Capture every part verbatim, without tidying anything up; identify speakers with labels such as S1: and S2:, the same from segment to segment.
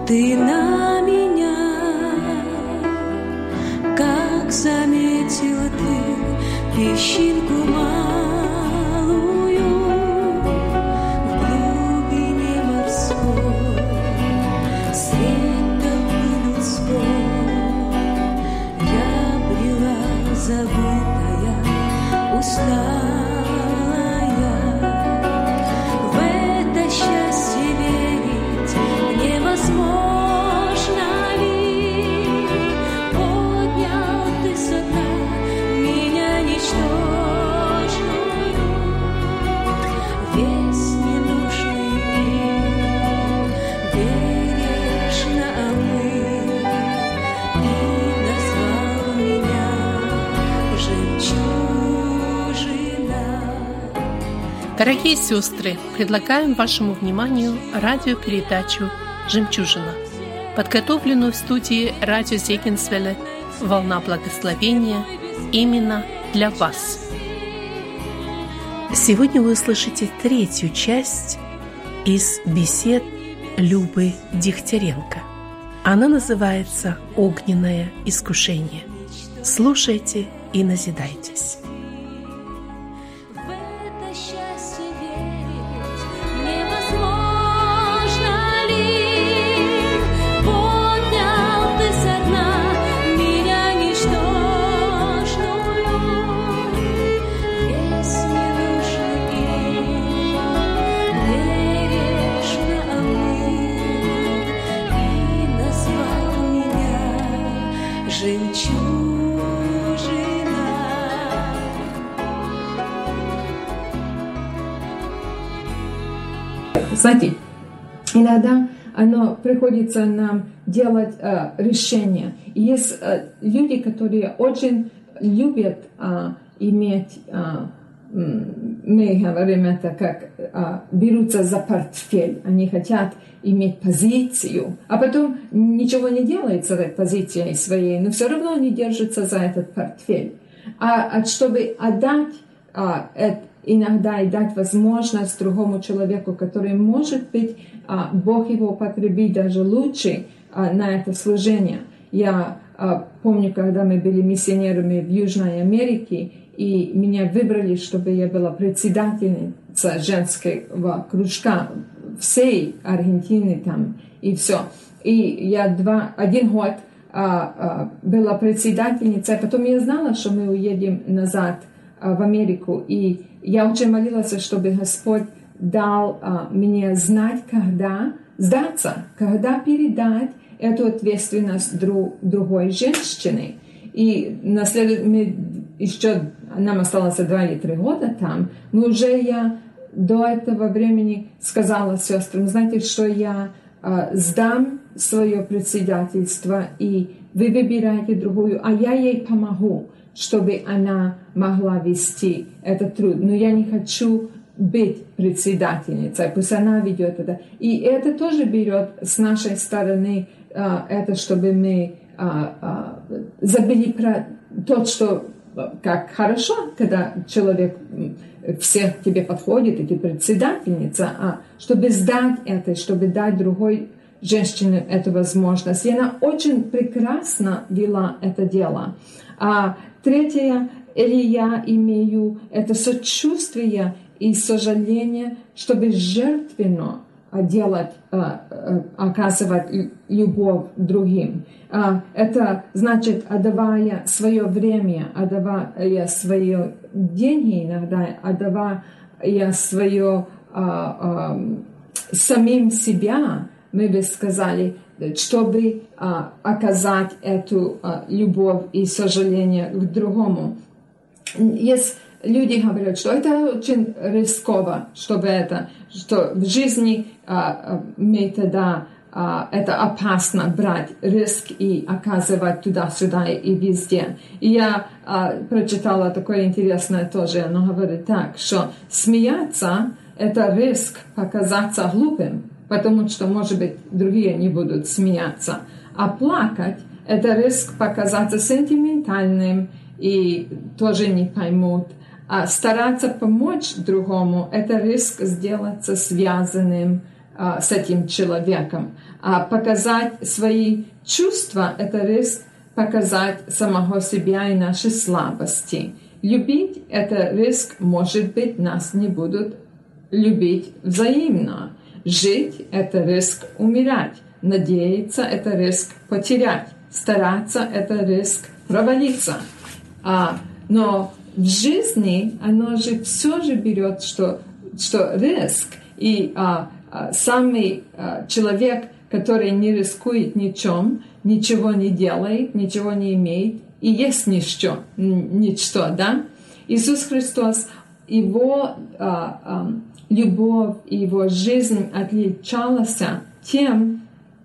S1: ты на меня, как заметила ты песчинку малую в глубине морской, свет толпы людской. Я брела забытая, усталая, в это счастье верить невозможно ли? Поднял ты со дна меня ничтожную, весь ненужный мир бережно омыл и назвал меня жемчужина.
S2: Дорогие сестры, предлагаем вашему вниманию радиопередачу «Жемчужина», подготовленную в студии радио Зегенсвелле «Волна благословения» именно для вас. Сегодня вы услышите третью часть из бесед Любы Дегтяренко. Она называется «Огненное искушение». Слушайте и назидайтесь.
S3: Знаете, иногда оно приходится нам делать э, решения. И есть э, люди, которые очень любят э, иметь, э, мы говорим это как э, берутся за портфель. Они хотят иметь позицию, а потом ничего не делают с этой позицией своей, но все равно они держатся за этот портфель. А, а чтобы отдать э, это, иногда и дать возможность другому человеку, который, может быть, Бог его употребит даже лучше на это служение. Я помню, когда мы были миссионерами в Южной Америке, и меня выбрали, чтобы я была председательницей женского кружка всей Аргентины там, и все. И я два, один год была председательницей, а потом я знала, что мы уедем назад в Америку, и я очень молилась, чтобы Господь дал а, мне знать, когда сдаться, когда передать эту ответственность друг, другой женщине. И на след... мы еще, нам осталось два или три года там, но уже я до этого времени сказала сестрам, знаете, что я а, сдам свое председательство, и вы выбираете другую, а я ей помогу, чтобы она могла вести этот труд. Но я не хочу быть председательницей, пусть она ведет это. И это тоже берет с нашей стороны, а, это чтобы мы а, а, забыли про то, что как хорошо, когда человек всех тебе подходит, и ты председательница, а чтобы сдать это, чтобы дать другой женщине эту возможность. И она очень прекрасно вела это дело. А третье, или я имею это сочувствие и сожаление, чтобы жертвенно делать, оказывать любовь другим. Это значит, отдавая свое время, отдавая свои деньги иногда, отдавая свое самим себя, мы бы сказали, чтобы а, оказать эту а, любовь и сожаление к другому. Есть люди говорят, что это очень рисково, чтобы это, что в жизни а, мы тогда а, это опасно брать риск и оказывать туда-сюда и везде. И я а, прочитала такое интересное тоже, оно говорит так, что смеяться – это риск показаться глупым, потому что, может быть, другие не будут смеяться. А плакать – это риск показаться сентиментальным, и тоже не поймут. А стараться помочь другому – это риск сделаться связанным а, с этим человеком. А показать свои чувства – это риск показать самого себя и наши слабости. Любить – это риск, может быть, нас не будут любить взаимно. Жить – это риск умирать. Надеяться – это риск потерять. Стараться – это риск провалиться. А, но в жизни оно же все же берет, что, что риск. И а, а, самый а, человек, который не рискует ничем, ничего не делает, ничего не имеет, и есть ничто, ничто, да? Иисус Христос, его а, а, любовь и его жизнь отличалась тем,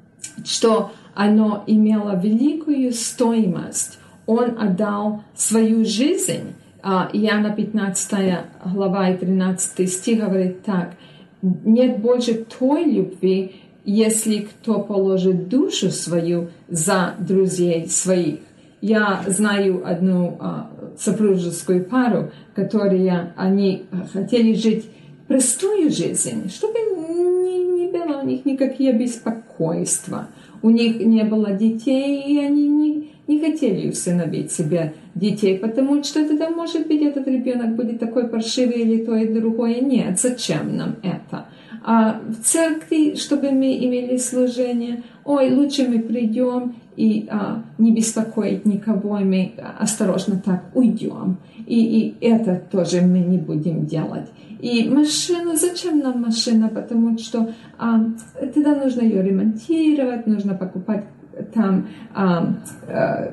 S3: что оно имело великую стоимость. Он отдал свою жизнь. Иоанна пятнадцатая глава и тринадцатый стих говорит так: «Нет больше той любви, если кто положит душу свою за друзей своих». Я знаю одну а, супружескую пару, которые они хотели жить простую жизнь, чтобы не, не было у них никакие беспокойства. У них не было детей, и они не, не хотели усыновить себе детей, потому что тогда, может быть, этот ребенок будет такой паршивый или то и другое. Нет, зачем нам это? А в церкви, чтобы мы имели служение, ой, лучше мы придем и а, не беспокоить никого, и мы осторожно так уйдем. И, и это тоже мы не будем делать. И машину, зачем нам машина? Потому что а, тогда нужно ее ремонтировать, нужно покупать там а, а,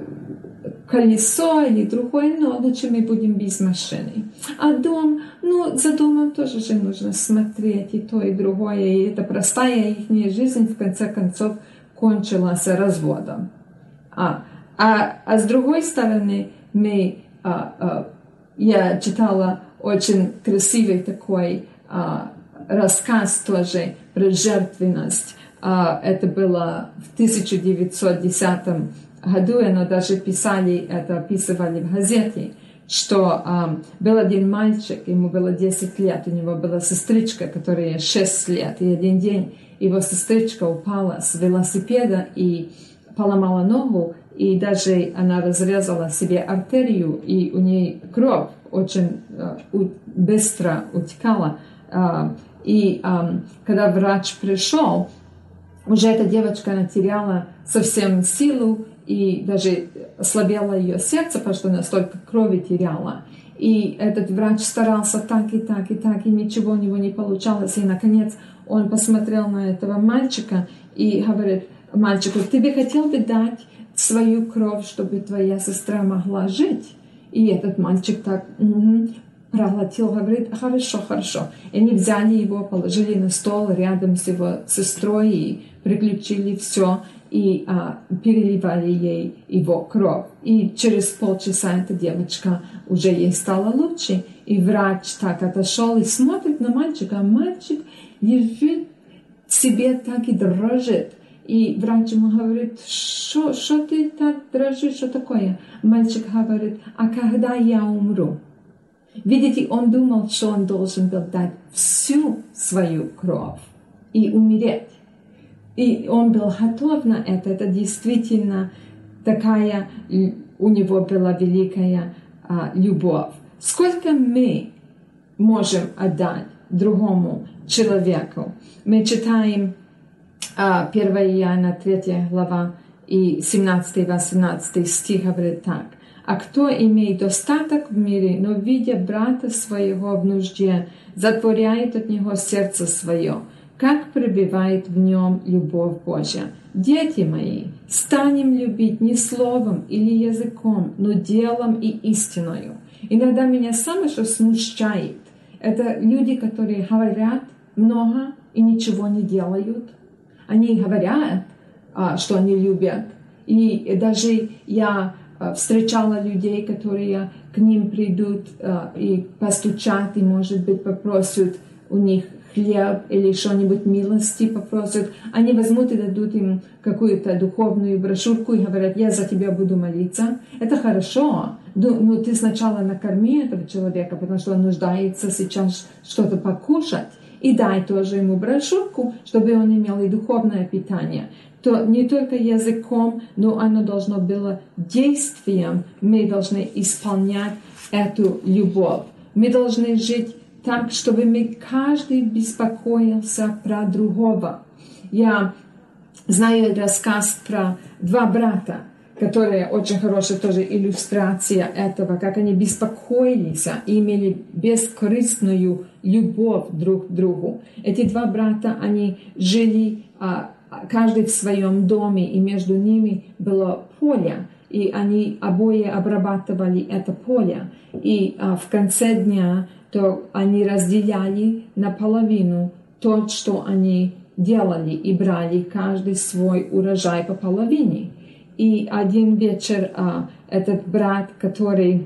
S3: колесо или другое, но лучше мы будем без машины. А дом, ну, за домом тоже же нужно смотреть и то, и другое. И это простая их жизнь, в конце концов, кончилась разводом. А, а, а с другой стороны, мы, а, а, я читала очень красивый такой а, рассказ тоже про жертвенность. А, это было в тысяча девятьсот десятом году, но даже писали, это описывали в газете, что а, был один мальчик, ему было десять лет, у него была сестричка, которая шесть лет, и один день его сестричка упала с велосипеда и поломала ногу, и даже она разрезала себе артерию, и у нее кровь очень а, у, быстро утекала. А, и а, когда врач пришел, уже эта девочка она теряла совсем силу, и даже ослабело ее сердце, потому что она столько крови теряла. И этот врач старался так и так и так, и ничего у него не получалось. И, наконец, он посмотрел на этого мальчика и говорит мальчику: ты бы хотел бы дать свою кровь, чтобы твоя сестра могла жить? И этот мальчик так м-м, проглотил, говорит: хорошо, хорошо. И они взяли его, положили на стол рядом с его сестрой и приключили все. И а, переливали ей его кровь. И через полчаса эта девочка уже ей стало лучше. И врач так отошел и смотрит на мальчика. А мальчик лежит себе так и дрожит. И врач ему говорит: что ты так дрожишь, что такое? Мальчик говорит: а когда я умру? Видите, он думал, что он должен был дать всю свою кровь и умереть. И он был готов на это. Это действительно такая у него была великая а, любовь. Сколько мы можем отдать другому человеку? Мы читаем а, первое Иоанна третья глава и семнадцатый-восемнадцатый стих говорит так: «А кто имеет достаток в мире, но видя брата своего в нужде, затворяет от него сердце свое, как пребывает в нем любовь Божья? Дети мои, станем любить не словом или языком, но делом и истиною». Иногда меня самое что смущает, это люди, которые говорят много и ничего не делают. Они говорят, что они любят. И даже я встречала людей, которые к ним придут и постучат, и, может быть, попросят у них хлеб или что-нибудь милости попросят. Они возьмут и дадут им какую-то духовную брошюрку и говорят: я за тебя буду молиться. Это хорошо, но ты сначала накорми этого человека, потому что он нуждается сейчас что-то покушать. и дай тоже ему брошюрку, чтобы он имел и духовное питание. То не только языком, но оно должно было действием. Мы должны исполнять эту любовь. Мы должны жить так, чтобы мы каждый беспокоился про другого. Я знаю рассказ про два брата, которые очень хорошая тоже иллюстрация этого, как они беспокоились и имели бескорыстную любовь друг к другу. Эти два брата, они жили каждый в своем доме, и между ними было поле, и они обои обрабатывали это поле. И а, в конце дня то они разделяли наполовину то, что они делали, и брали каждый свой урожай по половине. И один вечер а, этот брат, который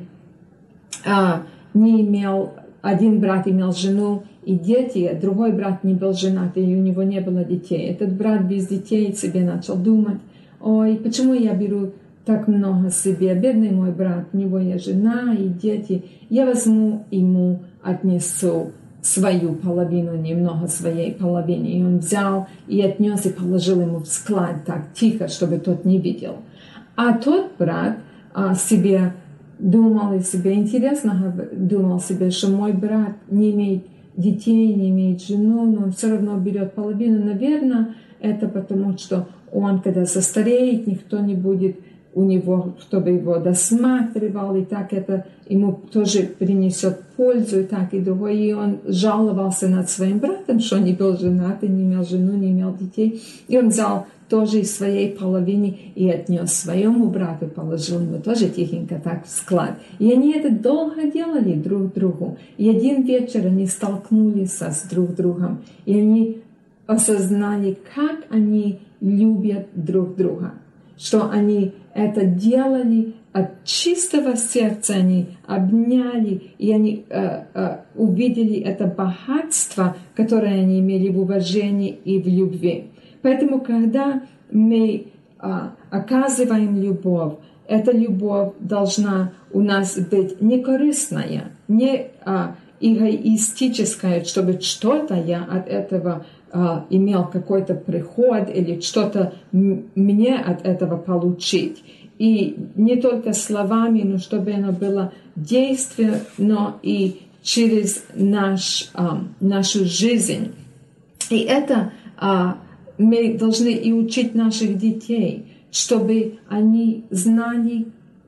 S3: а, не имел, один брат имел жену и дети, другой брат не был женат, и у него не было детей. Этот брат без детей себе начал думать: ой, почему я беру так много себе? Бедный мой брат, у него есть жена и дети. Я возьму ему, отнесу свою половину, немного своей половины. И он взял и отнес и положил ему в склад так тихо, чтобы тот не видел. А тот брат а, себе думал, и себе интересно думал себе, что мой брат не имеет детей, не имеет жену, но он все равно берет половину. Наверное, это потому, что он, когда состареет, никто не будет у него, чтобы его досматривал, и так это ему тоже принесет пользу, и так и другой. И он жаловался над своим братом, что не был женат, и не имел жену, не имел детей. И он взял тоже из своей половины и отнес своему брату, положил ему тоже тихенько так в склад. И они это долго делали друг другу. И один вечер они столкнулись с друг другом, и они осознали, как они любят друг друга, что они это делали от чистого сердца, они обняли, и они э, э, увидели это богатство, которое они имели в уважении и в любви. Поэтому, когда мы а, оказываем любовь, эта любовь должна у нас быть не корыстная, не а, эгоистическая, чтобы что-то я от этого а, имел какой-то приход или что-то мне от этого получить. И не только словами, но чтобы оно было действие, но и через наш, а, нашу жизнь. И это а, мы должны и учить наших детей, чтобы они знали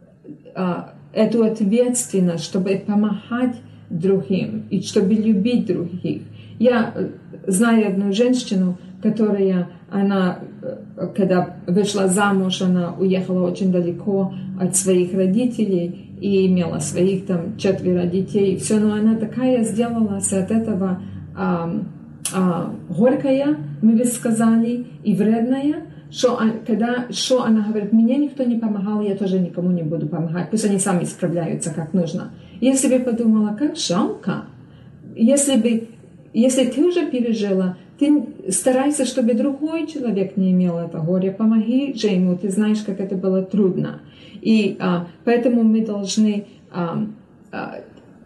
S3: а, эту ответственность, чтобы помогать другим и чтобы любить других. Я знаю одну женщину, которая, она, когда вышла замуж, она уехала очень далеко от своих родителей и имела своих там четверо детей, и все, но она такая сделалась от этого а, а, горькая, мы бы сказали, и вредная, что, когда, что она говорит: мне никто не помогал, я тоже никому не буду помогать, пусть они сами справляются как нужно. Я себе подумала, как жалко, если бы, если ты уже пережила, ты старайся, чтобы другой человек не имел это горе, помоги же ему, ты знаешь, как это было трудно. И а, поэтому мы должны а, а,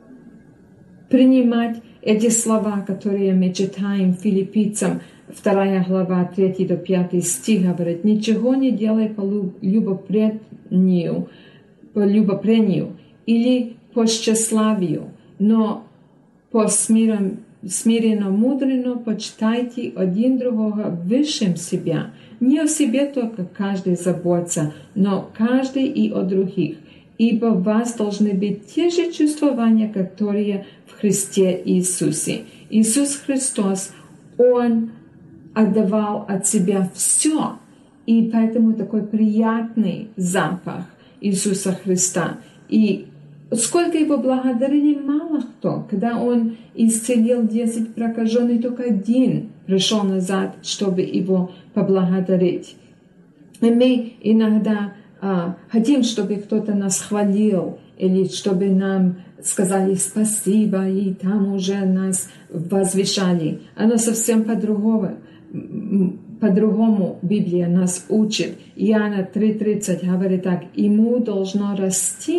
S3: принимать эти слова, которые мы читаем Филиппийцам, вторая глава, третий до пятый стих, говорит: ничего не делай по любопрению, по любопрению или по тщеславию, но по смирению, смиренно, мудренно почитайте один другого высшим себя. Не о себе только каждый заботится, но каждый и о других. Ибо у вас должны быть те же чувствования, которые в Христе Иисусе. Иисус Христос, Он отдавал от себя все. И поэтому такой приятный запах Иисуса Христа. И сколько его благодарили мало кто. Когда он исцелил десять прокаженных, только один пришел назад, чтобы его поблагодарить. И мы иногда а, хотим, чтобы кто-то нас хвалил, или чтобы нам сказали спасибо, и там уже нас возвышали. Оно совсем по-другому. По-другому Библия нас учит. Иоанна три тридцать говорит так: ему должно расти,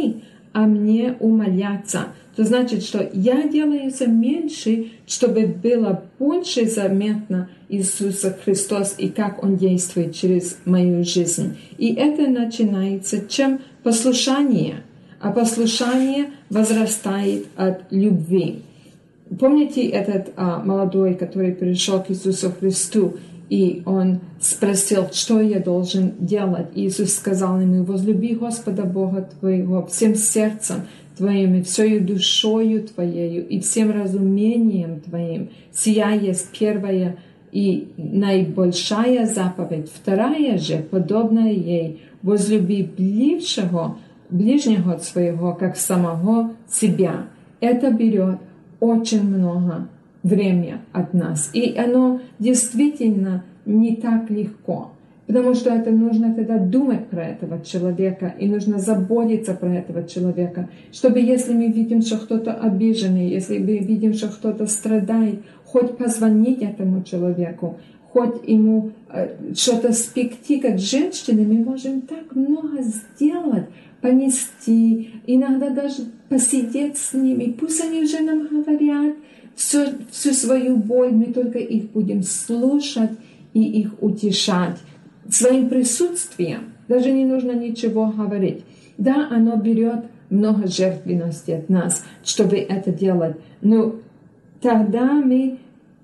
S3: а мне умоляться. То значит, что я делаюся меньше, чтобы было больше заметно Иисус Христос и как Он действует через мою жизнь. И это начинается чем? Послушание. А послушание возрастает от любви. Помните этот а, молодой, который пришел к Иисусу Христу, и он спросил, что я должен делать? И Иисус сказал ему: возлюби Господа Бога твоего всем сердцем твоим, и всею душою твоею, и всем разумением твоим. Сия есть первая и наибольшая заповедь. Вторая же, подобная ей: возлюби ближнего, ближнего своего, как самого себя. Это берет очень много времени от нас. И оно действительно не так легко. Потому что это нужно тогда думать про этого человека, и нужно заботиться про этого человека, чтобы если мы видим, что кто-то обиженный, если мы видим, что кто-то страдает, хоть позвонить этому человеку, хоть ему э, что-то спекти, как женщины, мы можем так много сделать, понести, иногда даже посидеть с ними. Пусть они уже нам говорят всю, всю свою боль, мы только их будем слушать и их утешать своим присутствием. Даже не нужно ничего говорить. Да, оно берет много жертвенности от нас, чтобы это делать, но тогда мы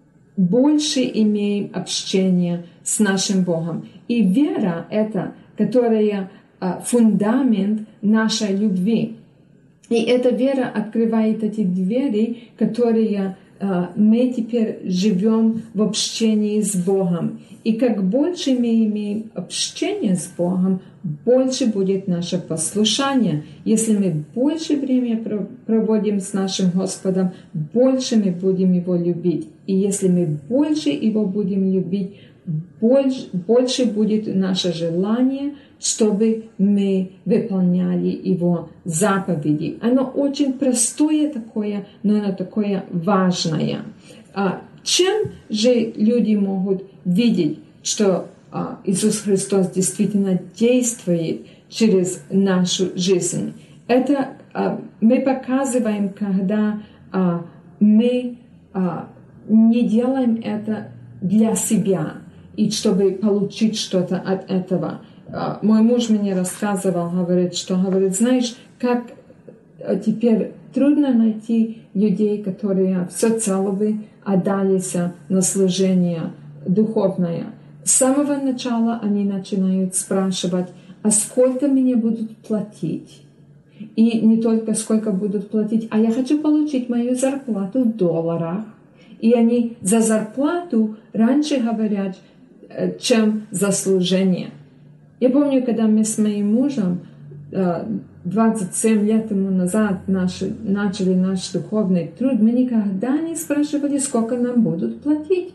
S3: больше имеем общение с нашим Богом. И вера — это, которая фундамент нашей любви. И эта вера открывает эти двери, которые мы теперь живем в общении с Богом. И как больше мы имеем общение с Богом, больше будет наше послушание. Если мы больше времени проводим с нашим Господом, больше мы будем Его любить. И если мы больше Его будем любить, больше, больше будет наше желание, чтобы мы выполняли Его заповеди. Оно очень простое такое, но оно такое важное. А чем же люди могут видеть, что а, Иисус Христос действительно действует через нашу жизнь? Это а, мы показываем, когда а, мы а, не делаем это для себя, и чтобы получить что-то от этого. Мой муж мне рассказывал, говорит, что, говорит, знаешь, как теперь трудно найти людей, которые всецело отдались на служение духовное. С самого начала они начинают спрашивать, а сколько мне будут платить? И не только сколько будут платить, а я хочу получить мою зарплату в долларах. И они за зарплату раньше говорят, чем за служение. Я помню, когда мы с моим мужем двадцать семь лет тому назад наши, начали наш духовный труд, мы никогда не спрашивали, сколько нам будут платить.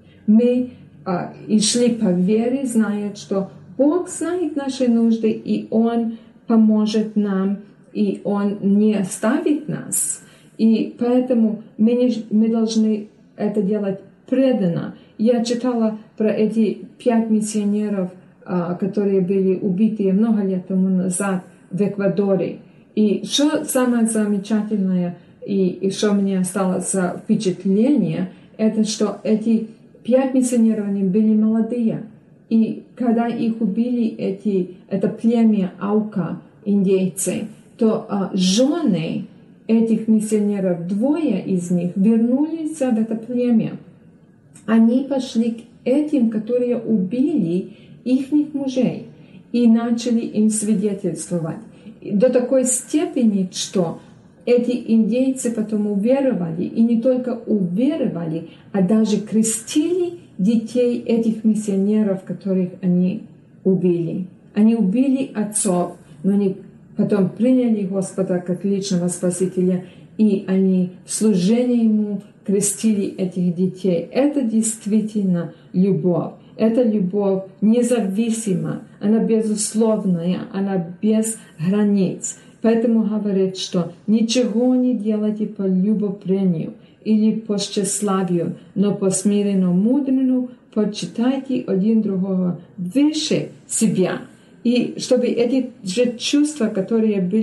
S3: Мы а, и шли по вере, зная, что Бог знает наши нужды, и Он поможет нам, и Он не оставит нас. И поэтому мы, не, мы должны это делать преданно. Я читала про эти пять миссионеров, которые были убиты много лет тому назад в Эквадоре. И что самое замечательное, и, и что мне осталось впечатление, это что эти пять миссионеров, они были молодые. И когда их убили, эти, это племя Аука, индейцы, то а, жены этих миссионеров, двое из них вернулись в это племя. Они пошли к этим, которые убили ихних мужей, и начали им свидетельствовать. До такой степени, что эти индейцы потом уверовали, и не только уверовали, а даже крестили детей этих миссионеров, которых они убили. Они убили отцов, но они потом приняли Господа как личного Спасителя, и они в служении Ему крестили этих детей. Это действительно любовь. Эта любовь независима, она безусловная, она без границ. Поэтому говорит, что ничего не делайте по любопрению или по тщеславию, но по смиренному мудрому почитайте один другого выше себя. И чтобы эти же чувства, которые были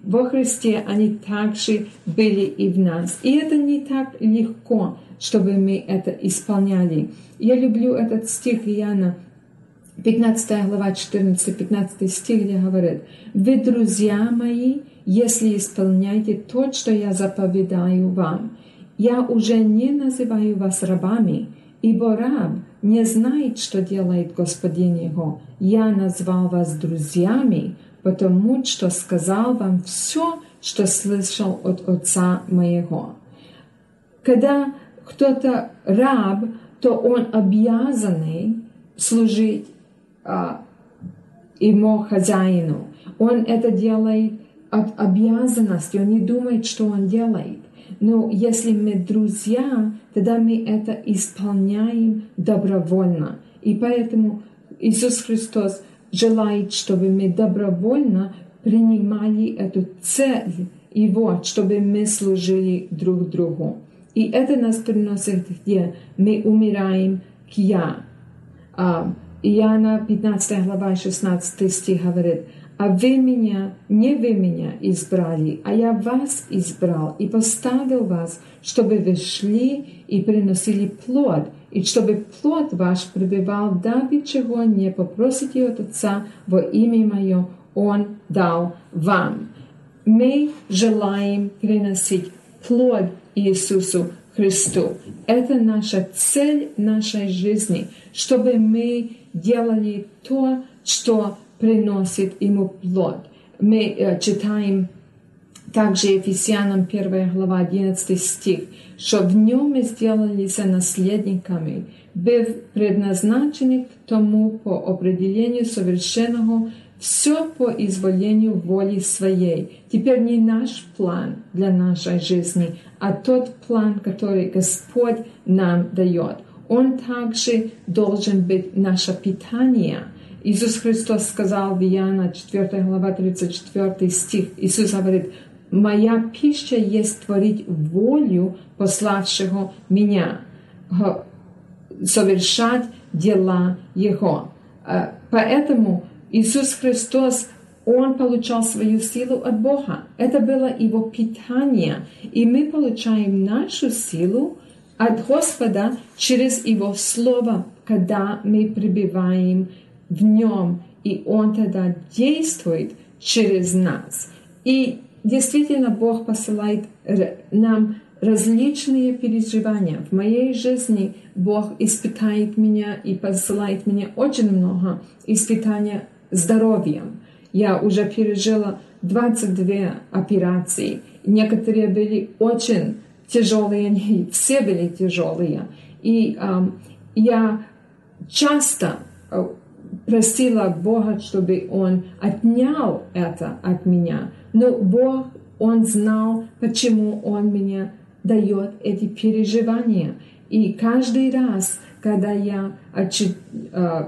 S3: во Христе, они также были и в нас. И это не так легко, чтобы мы это исполняли. Я люблю этот стих Иоанна, пятнадцатая глава, четырнадцатый-пятнадцатый стих, где говорит: «Вы, друзья мои, если исполняете то, что я заповедаю вам, я уже не называю вас рабами, ибо раб не знает, что делает господин его. Я назвал вас друзьями, потому что сказал вам все, что слышал от Отца моего». Когда кто-то раб, то он обязанный служить а, ему, хозяину. Он это делает от обязанности, он не думает, что он делает. Но если мы друзья, тогда мы это исполняем добровольно. И поэтому Иисус Христос желает, чтобы мы добровольно принимали эту цель Его, чтобы мы служили друг другу. И это нас приносит, где мы умираем к «я». Иоанна пятнадцатая глава, шестнадцатый стих говорит: «А вы меня, не вы меня избрали, а я вас избрал и поставил вас, чтобы вы шли и приносили плод, и чтобы плод ваш пребывал, дабы чего не попросите от Отца во имя Мое, Он дал вам». Мы желаем приносить плод Иисусу Христу. Это наша цель нашей жизни, чтобы мы делали то, что приносит Ему плод. Мы э, читаем также Ефесянам первая глава, одиннадцатый стих, что в нем мы сделались наследниками, быв предназначены к тому по определению совершенного, все по изволению воли своей. Теперь не наш план для нашей жизни, а тот план, который Господь нам дает. Он также должен быть наше питание. Иисус Христос сказал в Иоанна четвёртая глава, тридцать четвёртый стих. Иисус говорит: «Моя пища есть творить волю пославшего Меня, совершать дела Его». Поэтому Иисус Христос, Он получал свою силу от Бога. Это было Его питание. И мы получаем нашу силу от Господа через Его Слово, когда мы пребываем в Нем, и Он тогда действует через нас. И действительно Бог посылает нам различные переживания. В моей жизни Бог испытает меня и посылает мне очень много испытаний здоровьем. Я уже пережила двадцать две операции. Некоторые были очень тяжелые, не все были тяжелые. И э, я часто э, просила Бога, чтобы Он отнял это от меня. Но Бог, Он знал, почему Он мне дает эти переживания. И каждый раз, когда я отчи, э,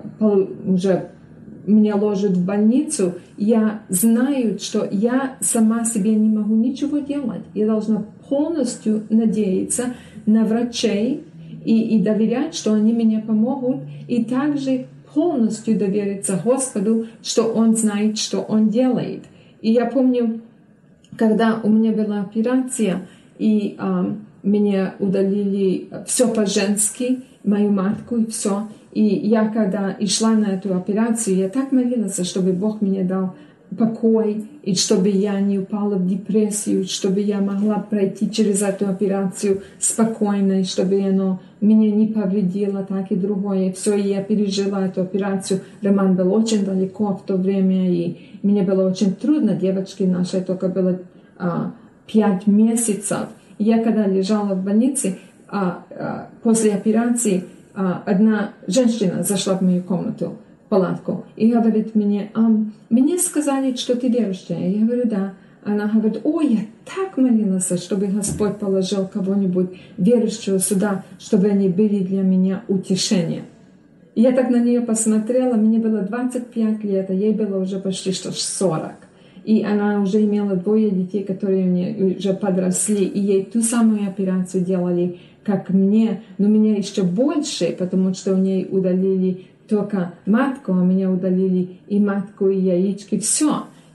S3: уже меня ложат в больницу, я знаю, что я сама себе не могу ничего делать. Я должна полностью надеяться на врачей и, и доверять, что они мне помогут, и также полностью довериться Господу, что Он знает, что Он делает. И я помню, когда у меня была операция, и а, мне удалили все по-женски, мою матку и все. И я, когда и шла на эту операцию, я так молилась, чтобы Бог мне дал покой, и чтобы я не упала в депрессию, чтобы я могла пройти через эту операцию спокойно, и чтобы оно меня не повредило, так и другое. И все, и я пережила эту операцию. Роман был очень далеко в то время, и мне было очень трудно. Девочке нашей только было а, пять месяцев. И я, когда лежала в больнице, а, а, после операции, одна женщина зашла в мою комнату, в палатку, и говорит мне: а, мне сказали, что ты верующая. Я говорю: да. Она говорит: ой, я так молилась, чтобы Господь положил кого-нибудь верующего сюда, чтобы они были для меня утешением. И я так на нее посмотрела, мне было двадцать пять лет, а ей было уже почти что сорок. И она уже имела двое детей, которые у нее уже подросли, и ей ту самую операцию делали, как мне, но меня еще больше, потому что у нее удалили только матку, а меня удалили и матку, и яички, все. И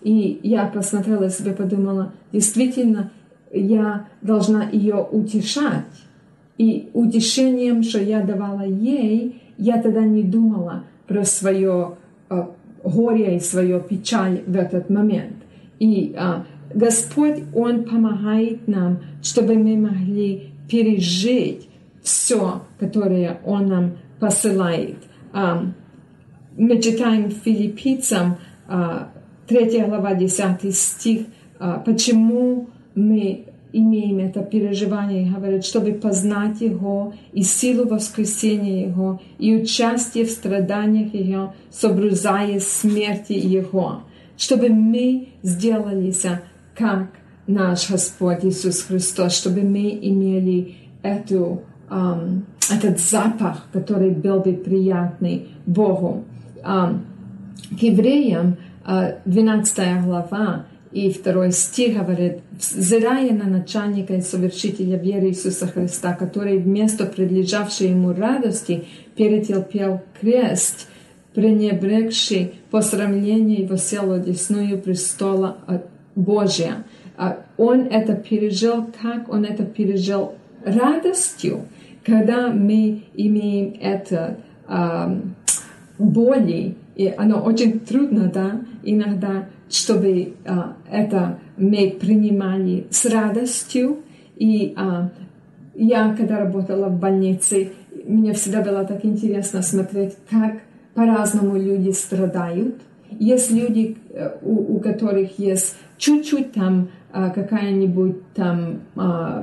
S3: И я посмотрела себе, подумала, действительно, я должна ее утешать. И утешением, что я давала ей, я тогда не думала про свое э, горе и свою печаль в этот момент. И э, Господь, Он помогает нам, чтобы мы могли пережить все, которое Он нам посылает. Э, мы читаем Филиппийцам, э, третья глава, десятый стих, э, почему мы имеем это переживание, и говорят, чтобы познать Его и силу воскресения Его, и участие в страданиях Его, сообразуя смерти Его, чтобы мы сделались как наш Господь Иисус Христос, чтобы мы имели эту, um, этот запах, который был бы приятный Богу. Um, к евреям, двенадцатая глава, и второй стих говорит, «Взирая на начальника и совершителя веры Иисуса Христа, который вместо предлежавшей ему радости перетерпел крест, пренебрегший посрамление его сел одесную престола Божия». Он это пережил, как он это пережил радостью, когда мы имеем это э, боли, и оно очень трудно, да, иногда, чтобы а, это мы принимали с радостью. И а, я, когда работала в больнице, мне всегда было так интересно смотреть, как по-разному люди страдают. Есть люди, у, у которых есть чуть-чуть там а, какая-нибудь там а,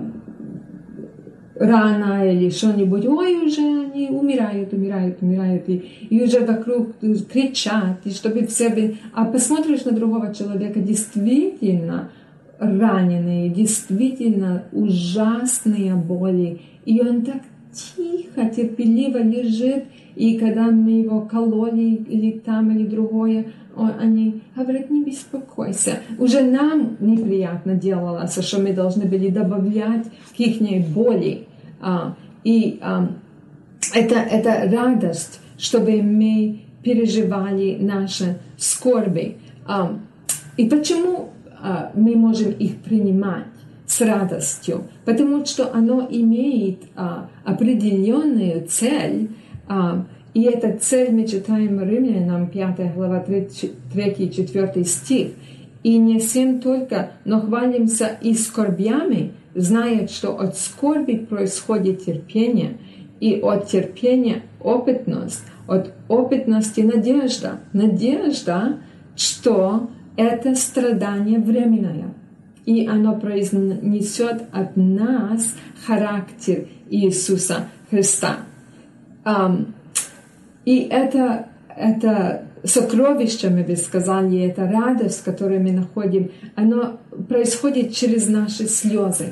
S3: рана или что-нибудь, ой, уже они умирают, умирают, умирают, и, и уже вокруг кричат, и чтобы все... А посмотришь на другого человека, действительно раненые, действительно ужасные боли, и он так тихо, терпеливо лежит, и когда мы его кололи или там, или другое, он, они говорят, не беспокойся. Уже нам неприятно делалось, что мы должны были добавлять к их боли. А, и а, это, это радость, чтобы мы переживали наши скорби. А, и почему а, мы можем их принимать с радостью? Потому что оно имеет а, определенную цель. А, и эта цель мы читаем Римлянам, пятая глава, третий-четвёртый стих. «И не всем только, но хвалимся и скорбями, зная, что от скорби происходит терпение, и от терпения опытность, от опытности надежда». Надежда, что это страдание временное, и оно произнесет от нас характер Иисуса Христа. И это, это сокровище, мы бы сказали, это радость, которую мы находим, оно происходит через наши слезы.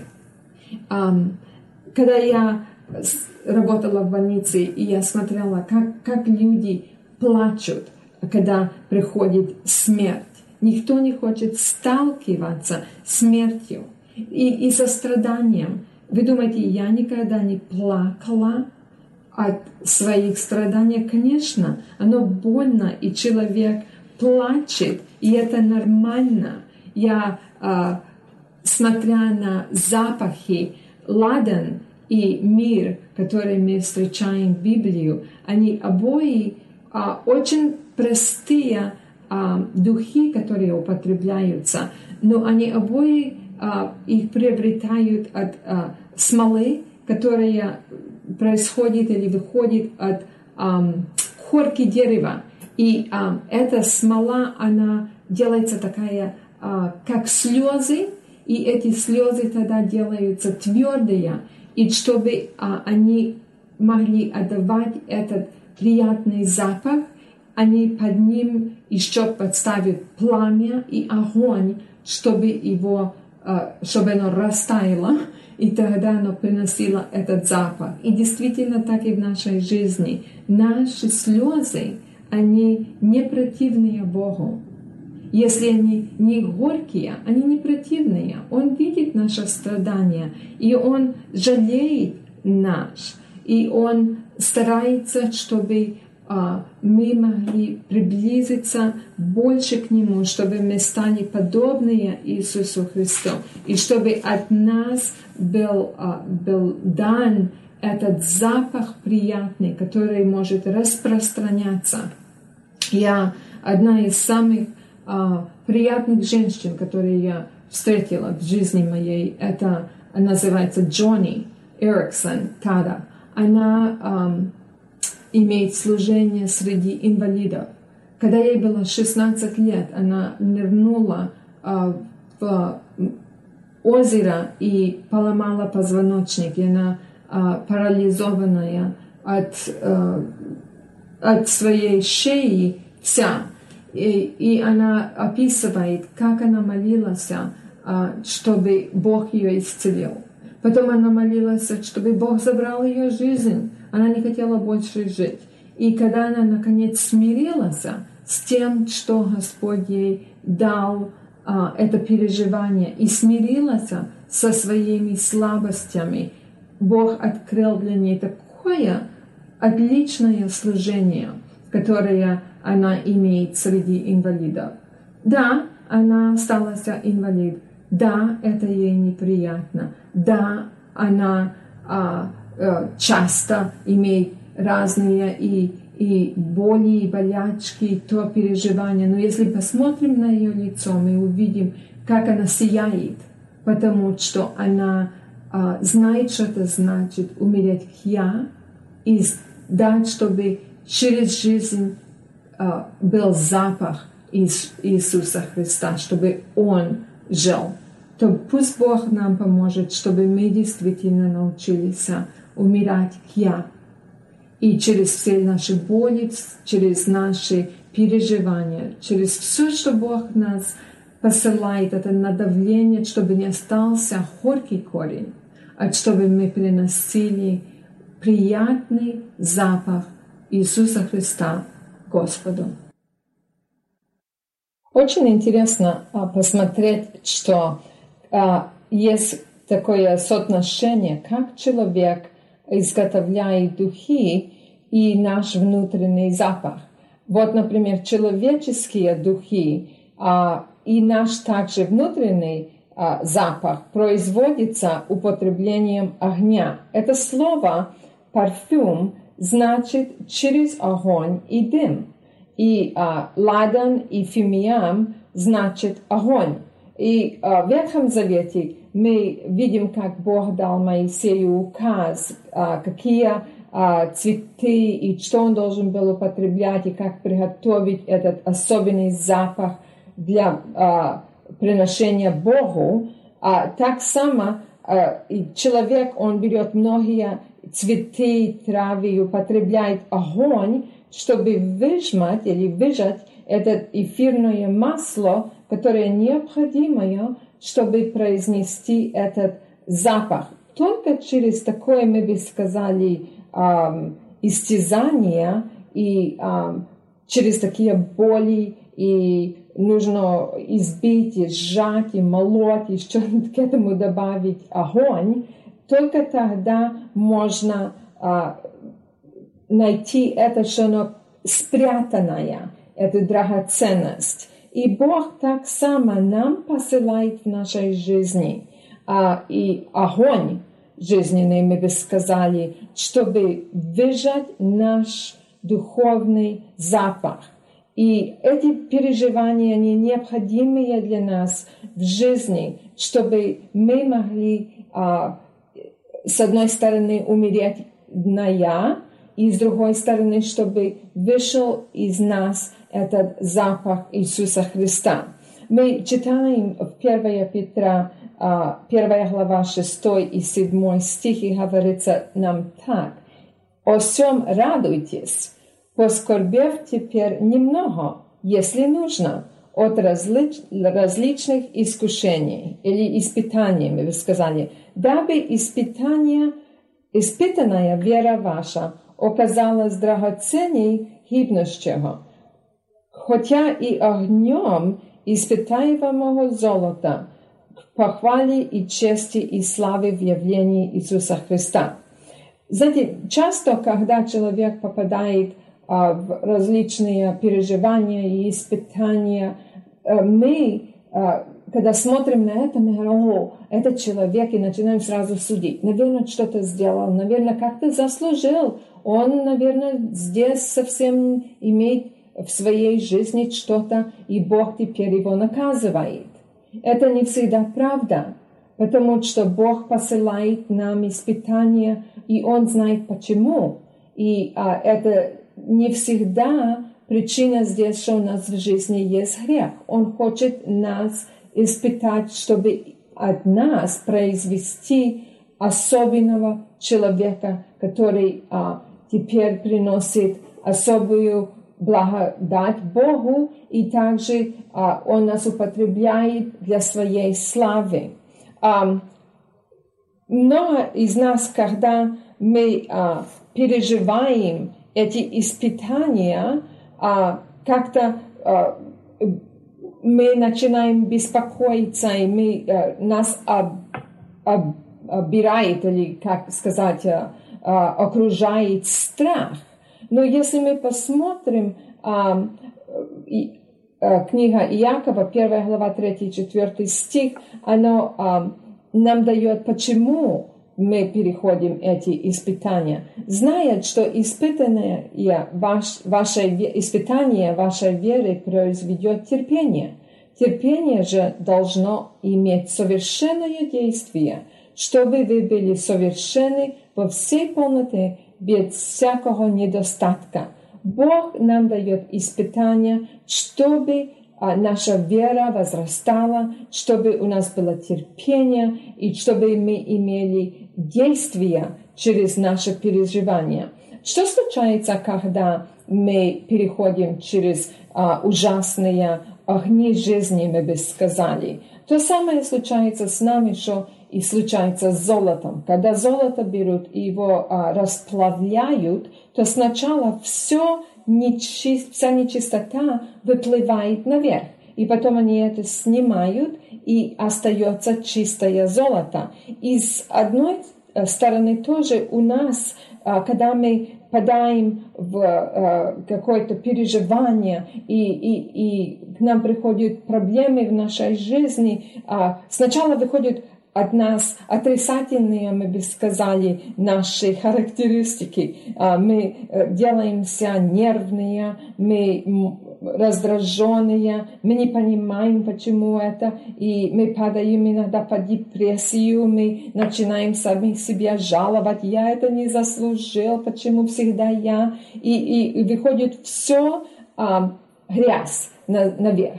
S3: Когда я работала в больнице, и я смотрела, как, как люди плачут, когда приходит смерть. Никто не хочет сталкиваться с смертью и, и со страданием. Вы думаете, я никогда не плакала от своих страданий? Конечно, оно больно, и человек плачет, и это нормально. Я, э, смотря на запахи, ладан и мир, который мы встречаем в Библию, они обои э, очень простые э, духи, которые употребляются, но они обои э, их приобретают от э, смолы, которая происходит или выходит от эм, корки дерева. И э, эта смола, она делается такая, э, как слезы, и эти слезы тогда делаются твердые, и чтобы э, они могли отдавать этот приятный запах, они под ним еще подставят пламя и огонь, чтобы его, э, чтобы оно растаяло, и тогда оно приносило этот запах. И действительно так и в нашей жизни. Наши слезы, они не противные Богу. Если они не горькие, они не противные. Он видит наше страдание, и Он жалеет нас, и Он старается, чтобы мы могли приблизиться больше к Нему, чтобы мы стали подобны Иисусу Христу, и чтобы от нас был, был дан этот запах приятный, который может распространяться. Я одна из самых а, приятных женщин, которые я встретила в жизни моей, это называется Джонни Эриксон Тада. Она а, имеет служение среди инвалидов. Когда ей было шестнадцать лет, она нырнула а, в озеро и поломала позвоночник, и она а, парализованная от, а, от своей шеи вся. И, и она описывает, как она молилась, а, чтобы Бог ее исцелил. Потом она молилась, чтобы Бог забрал ее жизнь. Она не хотела больше жить. И когда она, наконец, смирилась с тем, что Господь ей дал а, это переживание, и смирилась со своими слабостями, Бог открыл для нее такое отличное служение, которое она имеет среди инвалидов. Да, она осталась инвалид. Да, это ей неприятно. Да, она а, а, часто имеет разные и, и боли, и болячки, и то переживания. Но если посмотрим на ее лицо, мы увидим, как она сияет, потому что она а, знает, что это значит умереть к «я», и дать, чтобы через жизнь а, был запах Ис- Иисуса Христа, чтобы Он жил. То пусть Бог нам поможет, чтобы мы действительно научились умирать к «я». И через все наши боли, через наши переживания, через все, что Бог нас посылает, это надавление, чтобы не остался горький корень, а чтобы мы приносили приятный запах Иисуса Христа Господу. Очень интересно а, посмотреть, что а, есть такое соотношение, как человек изготовляет духи и наш внутренний запах. Вот, например, человеческие духи а, и наш также внутренний а, запах производится употреблением огня. Это слово «парфюм» значит «через огонь и дым». И а, ладан и фимиам значит огонь. И а, в Ветхом Завете мы видим, как Бог дал Моисею указ, а, какие а, цветы и что он должен был употреблять, и как приготовить этот особенный запах для а, приношения Богу. А, так само а, и человек, он берет многие цветы, травы и употребляет огонь, чтобы выжмать или выжать это эфирное масло, которое необходимо, чтобы произнести этот запах. Только через такое, мы бы сказали, эм, истязание и эм, через такие боли, и нужно избить, и сжать, и молоть, и что-нибудь к этому добавить огонь, только тогда можно э, найти это, что оно спрятанное, эту драгоценность. И Бог так само нам посылает в нашей жизни а, и огонь жизненный, мы бы сказали, чтобы выжать наш духовный запах. И эти переживания, они необходимы для нас в жизни, чтобы мы могли а, с одной стороны умереть на «я», и с другой стороны, чтобы вышел из нас этот запах Иисуса Христа. Мы читаем в первое Петра, первая глава, шестой и седьмой стих, и говорится нам так: «О всем радуйтесь, поскорбев теперь немного, если нужно, от различ, различных искушений или испытаний, мы бы сказали, дабы испытание, испытанная вера ваша оказалась драгоценней гибнущего, хотя и огнем испытаемого золота, к похвале и чести и славе в явлении Иисуса Христа». Знаете, часто, когда человек попадает а, в различные переживания и испытания, а, мы, а, когда смотрим на это, мы говорим: о, этот человек, и начинаем сразу судить. Наверное, что-то сделал, наверное, как-то заслужил. Он, наверное, здесь совсем имеет в своей жизни что-то, и Бог теперь его наказывает. Это не всегда правда, потому что Бог посылает нам испытания, и Он знает почему. И а, это не всегда причина здесь, что у нас в жизни есть грех. Он хочет нас испытать, чтобы от нас произвести особенного человека, который а, теперь приносит особую благодать Богу, и также а, Он нас употребляет для своей славы. А, много из нас, когда мы а, переживаем эти испытания, а, как-то а, мы начинаем беспокоиться, и мы, а, нас об, об, обирает, или, как сказать, а, а, окружает страх. Но если мы посмотрим а, и, а, книга Иакова, первая глава, третий и четвёртый стих, оно а, нам дает, почему мы переходим эти испытания. Знает, что испытание ваш, вашей, испытание вашей веры произведет терпение. Терпение же должно иметь совершенное действие, чтобы вы были совершенны во всей полноте, без всякого недостатка. Бог нам дает испытания, чтобы а, наша вера возрастала, чтобы у нас было терпение, и чтобы мы имели действия через наше переживание. Что случается, когда мы переходим через а, ужасные огни жизни, мы бы сказали? То самое случается с нами, что и случается с золотом. Когда золото берут и его а, расплавляют, то сначала все нечи, вся нечистота выплывает наверх. И потом они это снимают, и остается чистое золото. И с одной стороны тоже у нас, а, когда мы попадаем в а, какое-то переживание, и, и, и к нам приходят проблемы в нашей жизни, а, сначала выходят от нас отрицательные, мы бы сказали, наши характеристики. Мы делаемся нервные, мы раздраженные, мы не понимаем, почему это, и мы падаем иногда под депрессию, мы начинаем сами себя жаловать: я это не заслужил, почему всегда я, и, и, и выходит все а, грязь на, наверх.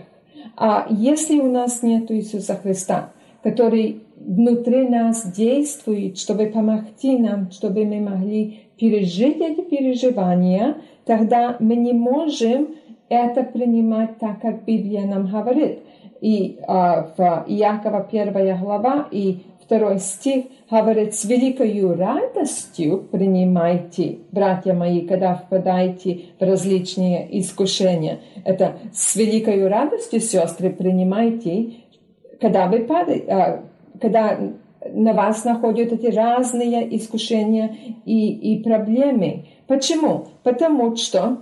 S3: А если у нас нет Иисуса Христа, который внутри нас действует, чтобы помогти нам, чтобы мы могли пережить эти переживания, тогда мы не можем это принимать так, как Библия нам говорит. И а, в Иакова первая глава и второй стих говорит: с великою радостью принимайте, братья мои, когда впадаете в различные искушения. Это с великою радостью, сестры, принимайте, когда вы падаете, когда на вас находят эти разные искушения и, и проблемы. Почему? Потому что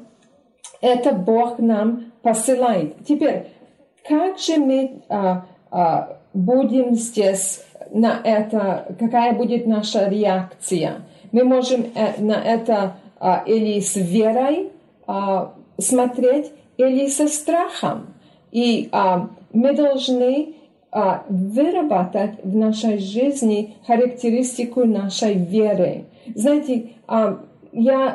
S3: это Бог нам посылает. Теперь, как же мы а, а, будем здесь на это, какая будет наша реакция? Мы можем на это а, или с верой а, смотреть, или со страхом. И а, мы должны а, выработать в нашей жизни характеристику нашей веры. Знаете, а, я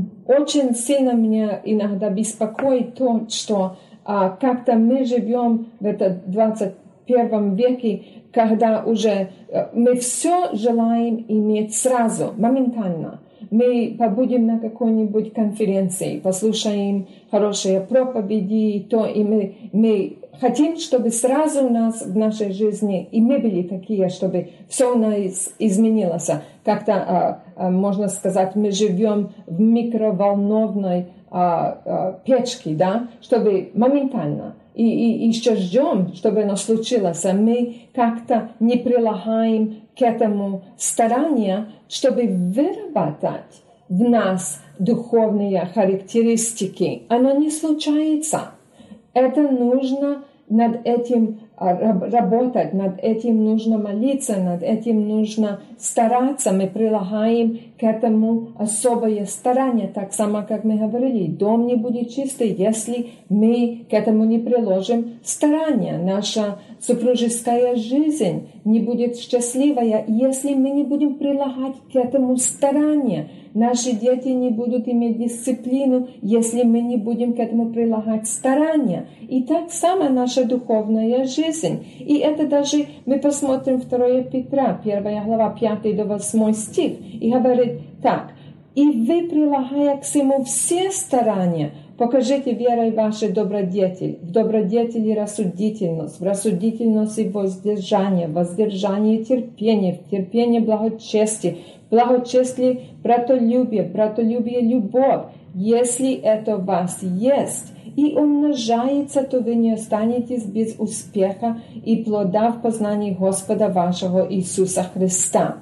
S3: очень сильно меня иногда беспокоит то, что а, как-то мы живем в этом двадцать первом веке, когда уже мы все желаем иметь сразу, моментально. Мы побудем на какой-нибудь конференции, послушаем хорошие проповеди, и то, и мы, мы хотим, чтобы сразу у нас в нашей жизни, и мы были такие, чтобы все у нас изменилось. Как-то, а, можно сказать, мы живем в микроволновной а, а, печке, да, чтобы моментально. И, и, и еще ждем, чтобы оно случилось. А мы как-то не прилагаем к этому старания, чтобы выработать в нас духовные характеристики. Оно не случается. Это нужно над этим работать, над этим нужно молиться, над этим нужно стараться. Мы прилагаем к этому особое старание, так само, как мы говорили. Дом не будет чистый, если мы к этому не приложим старания. Наша супружеская жизнь не будет счастливая, если мы не будем прилагать к этому старания. Наши дети не будут иметь дисциплину, если мы не будем к этому прилагать старания. И так само наша духовная жизнь. И это даже, мы посмотрим второе Петра, первая глава, пятый до восьмой стих, и говорит так: «И вы, прилагая к всему все старания, покажите верой вашей добродетель, в добродетели рассудительность, в рассудительности воздержание, в воздержании терпение, в терпении благочестие, в благочестии братолюбие, в братолюбие любовь. Если это у вас есть и умножается, то вы не останетесь без успеха и плода в познании Господа вашего Иисуса Христа».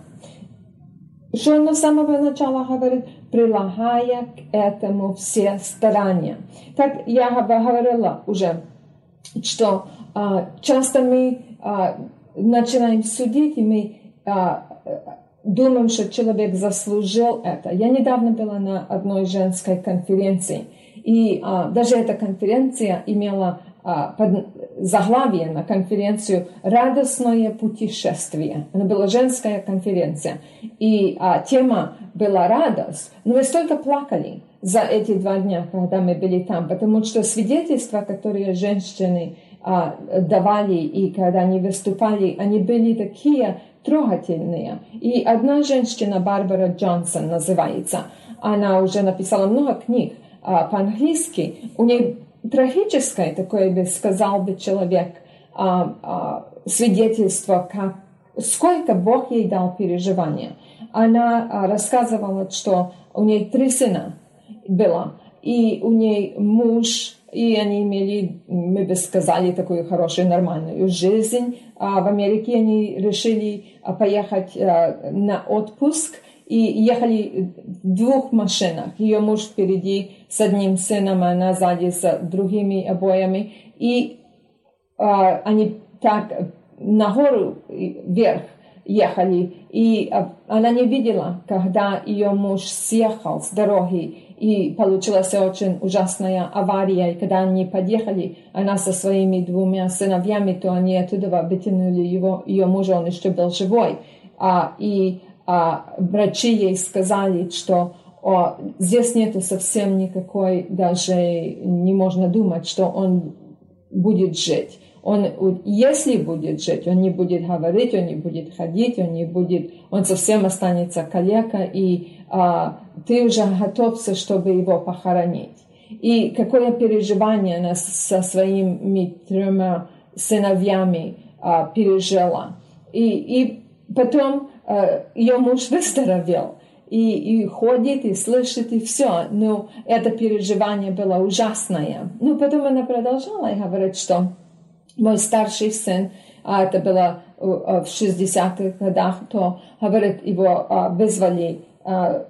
S3: Что он с самого начала говорит? Прилагая к этому все старания. Так я говорила уже, что а, часто мы а, начинаем судить, и мы а, думаем, что человек заслужил это. Я недавно была на одной женской конференции, и а, даже эта конференция имела а, под заглавие на конференцию «Радостное путешествие». Она была женская конференция, и а, тема была радость. Но мы столько плакали за эти два дня, когда мы были там, потому что свидетельства, которые женщины а, давали, и когда они выступали, они были такие трогательные. И одна женщина, Барбара Джонсон называется, она уже написала много книг а, по-английски. У нее трагическое такое, бы сказал бы человек, а, а, свидетельство, как, сколько Бог ей дал переживания. Она а, рассказывала, что у нее три сына было, и у нее муж, и они имели, мы бы сказали, такую хорошую, нормальную жизнь. А в Америке они решили а, поехать а, на отпуск, и ехали в двух машинах. Ее муж впереди с одним сыном, а она сзади с другими обоями. И а, они так на гору вверх ехали. И а, она не видела, когда ее муж съехал с дороги. И получилась очень ужасная авария. И когда они подъехали, она со своими двумя сыновьями, то они оттуда вытянули его, ее мужа, он еще был живой. А, и а, врачи ей сказали, что о, здесь нету совсем никакой, даже не можно думать, что он будет жить. Он, если будет жить, он не будет говорить, он не будет ходить, он не будет, он совсем останется калека, и а, ты уже готовься, чтобы его похоронить. И какое переживание она со своими тремя сыновьями а, пережила. И, и потом а, ее муж выздоровел. И, и ходит, и слышит, и все. Но это переживание было ужасное. Но потом она продолжала и говорит, что мой старший сын, а это было в шестидесятых годах, то, говорит, его а, вызвали а,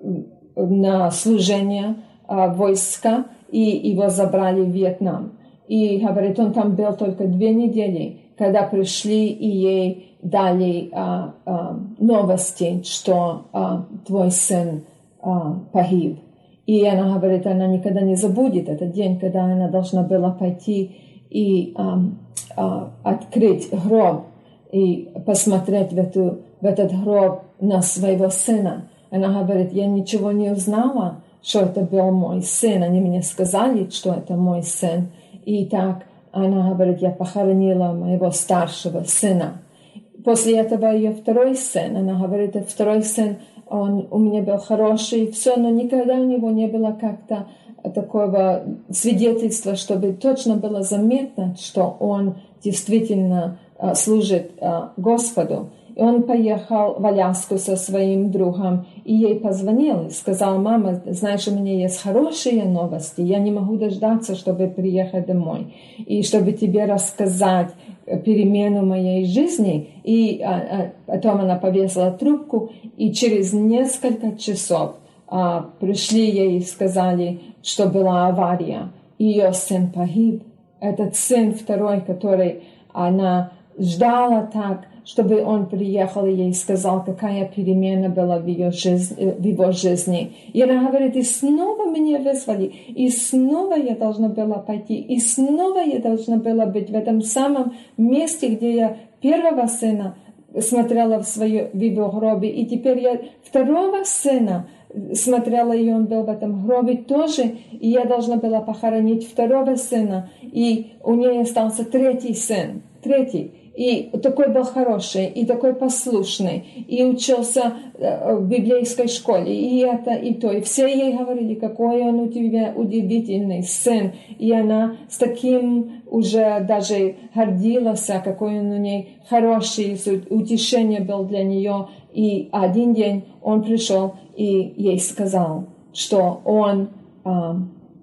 S3: на служение а, войска, и его забрали в Вьетнам. И, говорит, он там был только две недели, когда пришли и ей дали а, а, новости, что а, твой сын а, погиб. И она говорит, она никогда не забудет этот день, когда она должна была пойти и а, а, открыть гроб и посмотреть в, эту, в этот гроб на своего сына. Она говорит, я ничего не узнала, что это был мой сын. Они мне сказали, что это мой сын. И так она говорит, я похоронила моего старшего сына. После этого ее второй сын, она говорит, второй сын, он у меня был хороший, все, но никогда у него не было как-то такого свидетельства, чтобы точно было заметно, что он действительно uh, служит uh, Господу. И он поехал в Аляску со своим другом, и ей позвонил и сказал, мама, знаешь, у меня есть хорошие новости, я не могу дождаться, чтобы приехать домой, и чтобы тебе рассказать перемену моей жизни. И а, а, потом она повесила трубку, и через несколько часов а, пришли ей и сказали, что была авария. Ее сын погиб. Этот сын второй, который она ждала так, чтобы он приехал и ей сказал, какая перемена была в, ее жизни, в его жизни. И она говорит, и снова меня вызвали, и снова я должна была пойти, и снова я должна была быть в этом самом месте, где я первого сына смотрела в, свое, в его гробе, и теперь я второго сына смотрела, и он был в этом гробе тоже, и я должна была похоронить второго сына, и у нее остался третий сын, третий. И такой был хороший, и такой послушный, и учился в библейской школе, и это, и то. И все ей говорили, какой он у тебя удивительный сын. И она с таким уже даже гордилась, какой он у ней хороший, утешение был для нее. И один день он пришел и ей сказал, что он а,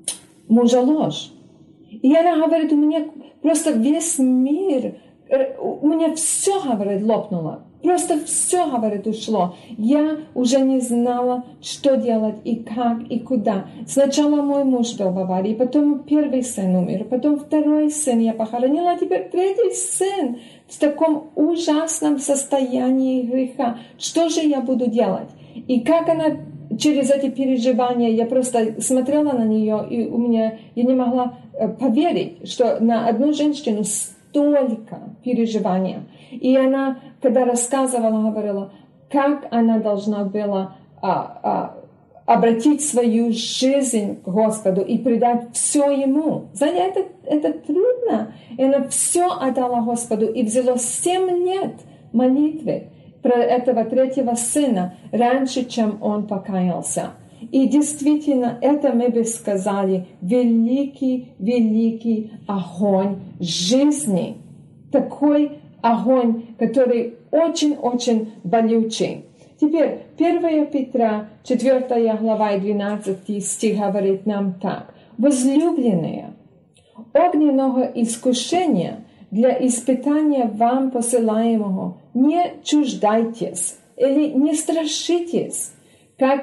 S3: мужа-ложь. И она говорит, у меня просто весь мир... У меня все, говорит, лопнуло. Просто все, говорит, ушло. Я уже не знала, что делать и как, и куда. Сначала мой муж был в аварии, потом первый сын умер, потом второй сын я похоронила, а теперь третий сын в таком ужасном состоянии греха. Что же я буду делать? И как она через эти переживания, я просто смотрела на нее, и у меня, я не могла поверить, что на одну женщину столько переживания. И она, когда рассказывала, говорила, как она должна была а, а, обратить свою жизнь к Господу и предать все Ему. Знаете, это, это трудно. И она все отдала Господу и взяла семь лет молитвы про этого третьего сына раньше, чем он покаялся. И действительно, это мы бы сказали, великий, великий огонь жизни. Такой огонь, который очень-очень болючий. Теперь первое Петра, четвёртая глава и двенадцатый стих говорит нам так. Возлюбленные, огненного искушения для испытания вам посылаемого не чуждайтесь или не страшитесь, как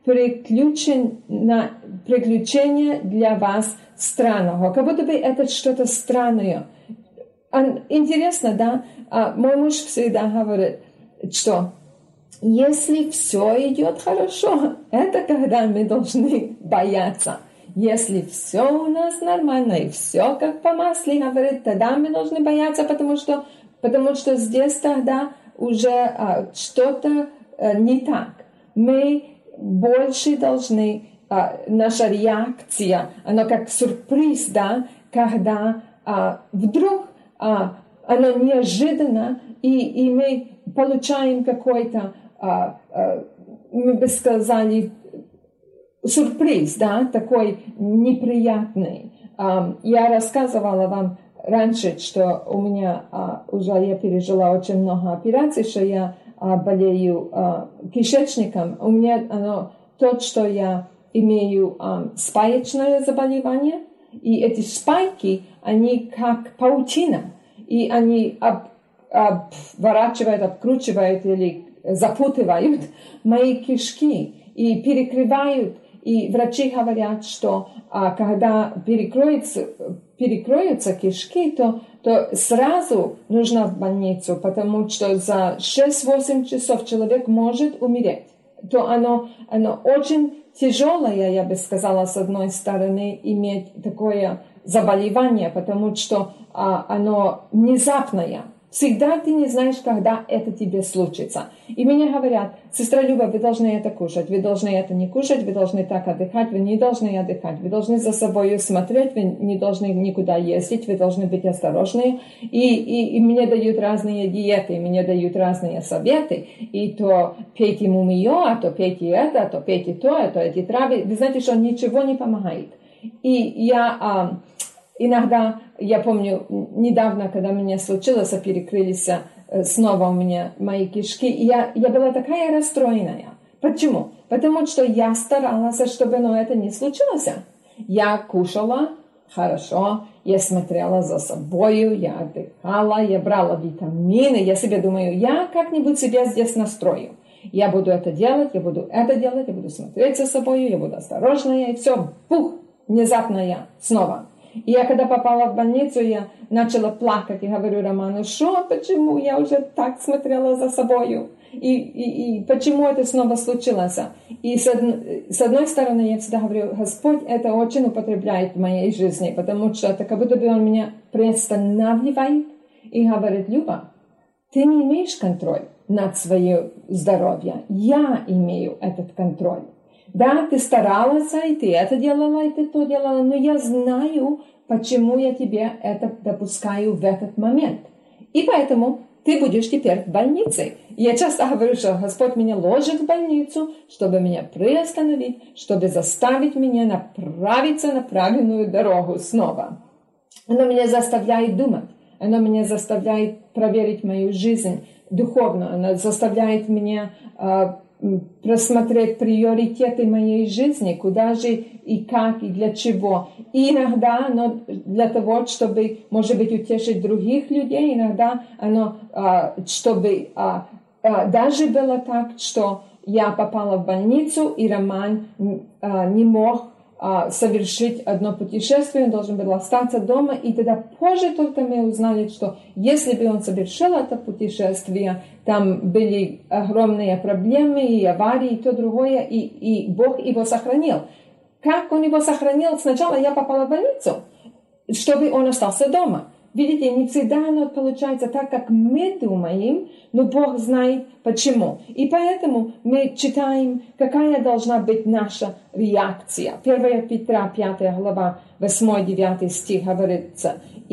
S3: приключение для вас странного. Как будто бы это что-то странное. Интересно, да? Мой муж всегда говорит, что если все идет хорошо, это когда мы должны бояться. Если все у нас нормально и все как по маслу, говорит, тогда мы должны бояться, потому что, потому что здесь тогда уже а, что-то а, не так. Мы больше должны, а, наша реакция, она как сюрприз, да, когда а, вдруг а, оно неожиданно, и, и мы получаем какой-то, а, а, мы бы сказали, сюрприз, да, такой неприятный. А, я рассказывала вам раньше, что у меня а, уже я пережила очень много операций, что я а, болею а, кишечником. У меня оно то, что я имею а, спаечное заболевание, и эти спайки, они как паутина, и они об, обворачивают, обкручивают или запутывают мои кишки и перекрывают. И врачи говорят, что а, когда перекроются, перекроются кишки, то, то сразу нужно в больницу, потому что за шесть-восемь часов человек может умереть. То оно, оно очень тяжелое, я бы сказала, с одной стороны, иметь такое заболевание, потому что а, оно внезапное. Всегда ты не знаешь, когда это тебе случится. И мне говорят, сестра Люба, вы должны это кушать, вы должны это не кушать, вы должны так отдыхать, вы не должны отдыхать, вы должны за собой смотреть, вы не должны никуда ездить, вы должны быть осторожны. И, и, и мне дают разные диеты, мне дают разные советы. И то пейте мумиё, а то пейте это, а то пейте то, а то эти травы. Вы знаете, что ничего не помогает. И я... А, Иногда, я помню, недавно, когда у меня случилось, перекрылись снова у меня мои кишки, и я, я была такая расстроенная. Почему? Потому что я старалась, чтобы ну, это не случилось. Я кушала хорошо, я смотрела за собой, я отдыхала, я брала витамины, я себе думаю, я как-нибудь себя здесь настрою. Я буду это делать, я буду это делать, я буду смотреть за собой, я буду осторожная, и все, пух, внезапно я снова. И я когда попала в больницу, я начала плакать и говорю Роману, что, почему я уже так смотрела за собой? И, и, и почему это снова случилось? И с, од... с одной стороны, я всегда говорю, Господь это очень употребляет в моей жизни, потому что это как будто бы Он меня приостанавливает и говорит, Люба, ты не имеешь контроль над своим здоровьем. Я имею этот контроль. Да, ты старалась, и ты это делала, и ты то делала, но я знаю, почему я тебе это допускаю в этот момент. И поэтому ты будешь теперь в больнице. Я часто говорю, что Господь меня ложит в больницу, чтобы меня приостановить, чтобы заставить меня направиться на правильную дорогу снова. Оно меня заставляет думать, оно меня заставляет проверить мою жизнь духовно, оно заставляет меня э, просмотреть приоритеты моей жизни, куда же и как, и для чего. И иногда оно для того, чтобы, может быть, утешить других людей, иногда оно, э, чтобы э, э, даже было так, что я попала в больницу, и Роман э, не мог совершить одно путешествие, он должен был остаться дома, и тогда позже только мы узнали, что если бы он совершил это путешествие, там были огромные проблемы и аварии, и то другое, и, и Бог его сохранил. Как он его сохранил? Сначала я попала в больницу, чтобы он остался дома. Видите, не всегда оно получается так, как мы думаем, но Бог знает почему. И поэтому мы читаем, какая должна быть наша реакция. первое Петра, пятая глава, восьмой-девятый стих говорится.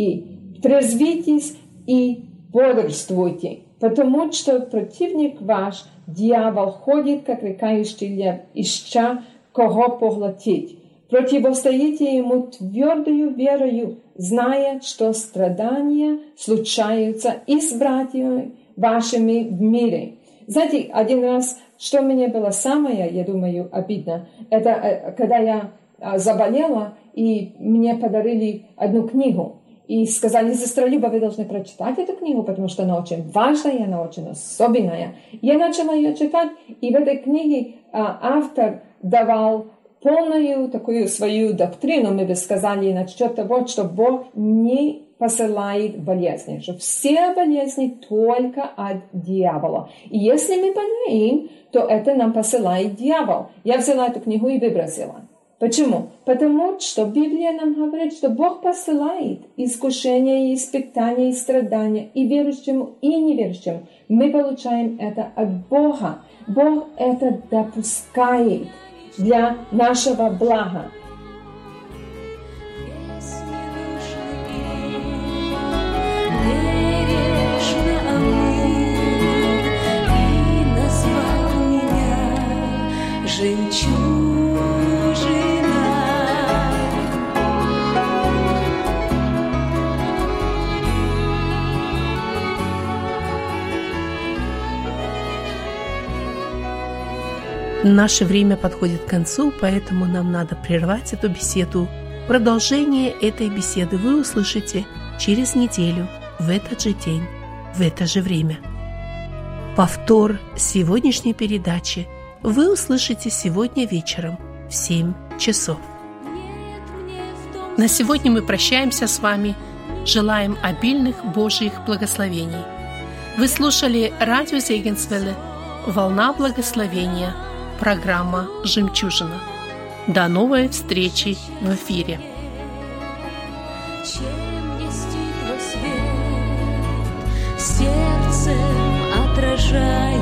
S3: И трезвитесь и бодрствуйте, потому что противник ваш, дьявол, ходит, как рыкающий лев, ища кого поглотить. Противостоите ему твердою верою, зная, что страдания случаются и с братьями вашими в мире. Знаете, один раз, что мне было самое, я думаю, обидно, это когда я заболела, и мне подарили одну книгу. И сказали, сестра Люба, вы должны прочитать эту книгу, потому что она очень важная, она очень особенная. Я начала ее читать, и в этой книге автор давал полную такую свою доктрину, мы бы сказали, насчет того, что Бог не посылает болезни, что все болезни только от дьявола. И если мы болеем, то это нам посылает дьявол. Я взяла эту книгу и выбросила. Почему? Потому что Библия нам говорит, что Бог посылает искушения, и испытания, и страдания, и верующему, и неверующему. Мы получаем это от Бога. Бог это допускает для нашего блага.
S2: Наше время подходит к концу, поэтому нам надо прервать эту беседу. Продолжение этой беседы вы услышите через неделю, в этот же день, в это же время. Повтор сегодняшней передачи вы услышите сегодня вечером в семь часов. На сегодня мы прощаемся с вами, желаем обильных Божьих благословений. Вы слушали радио Зегенсвелле «Волна благословения», программа «Жемчужина». До новой встречи в эфире.
S1: Чем нести твой свет, сердцем отражай.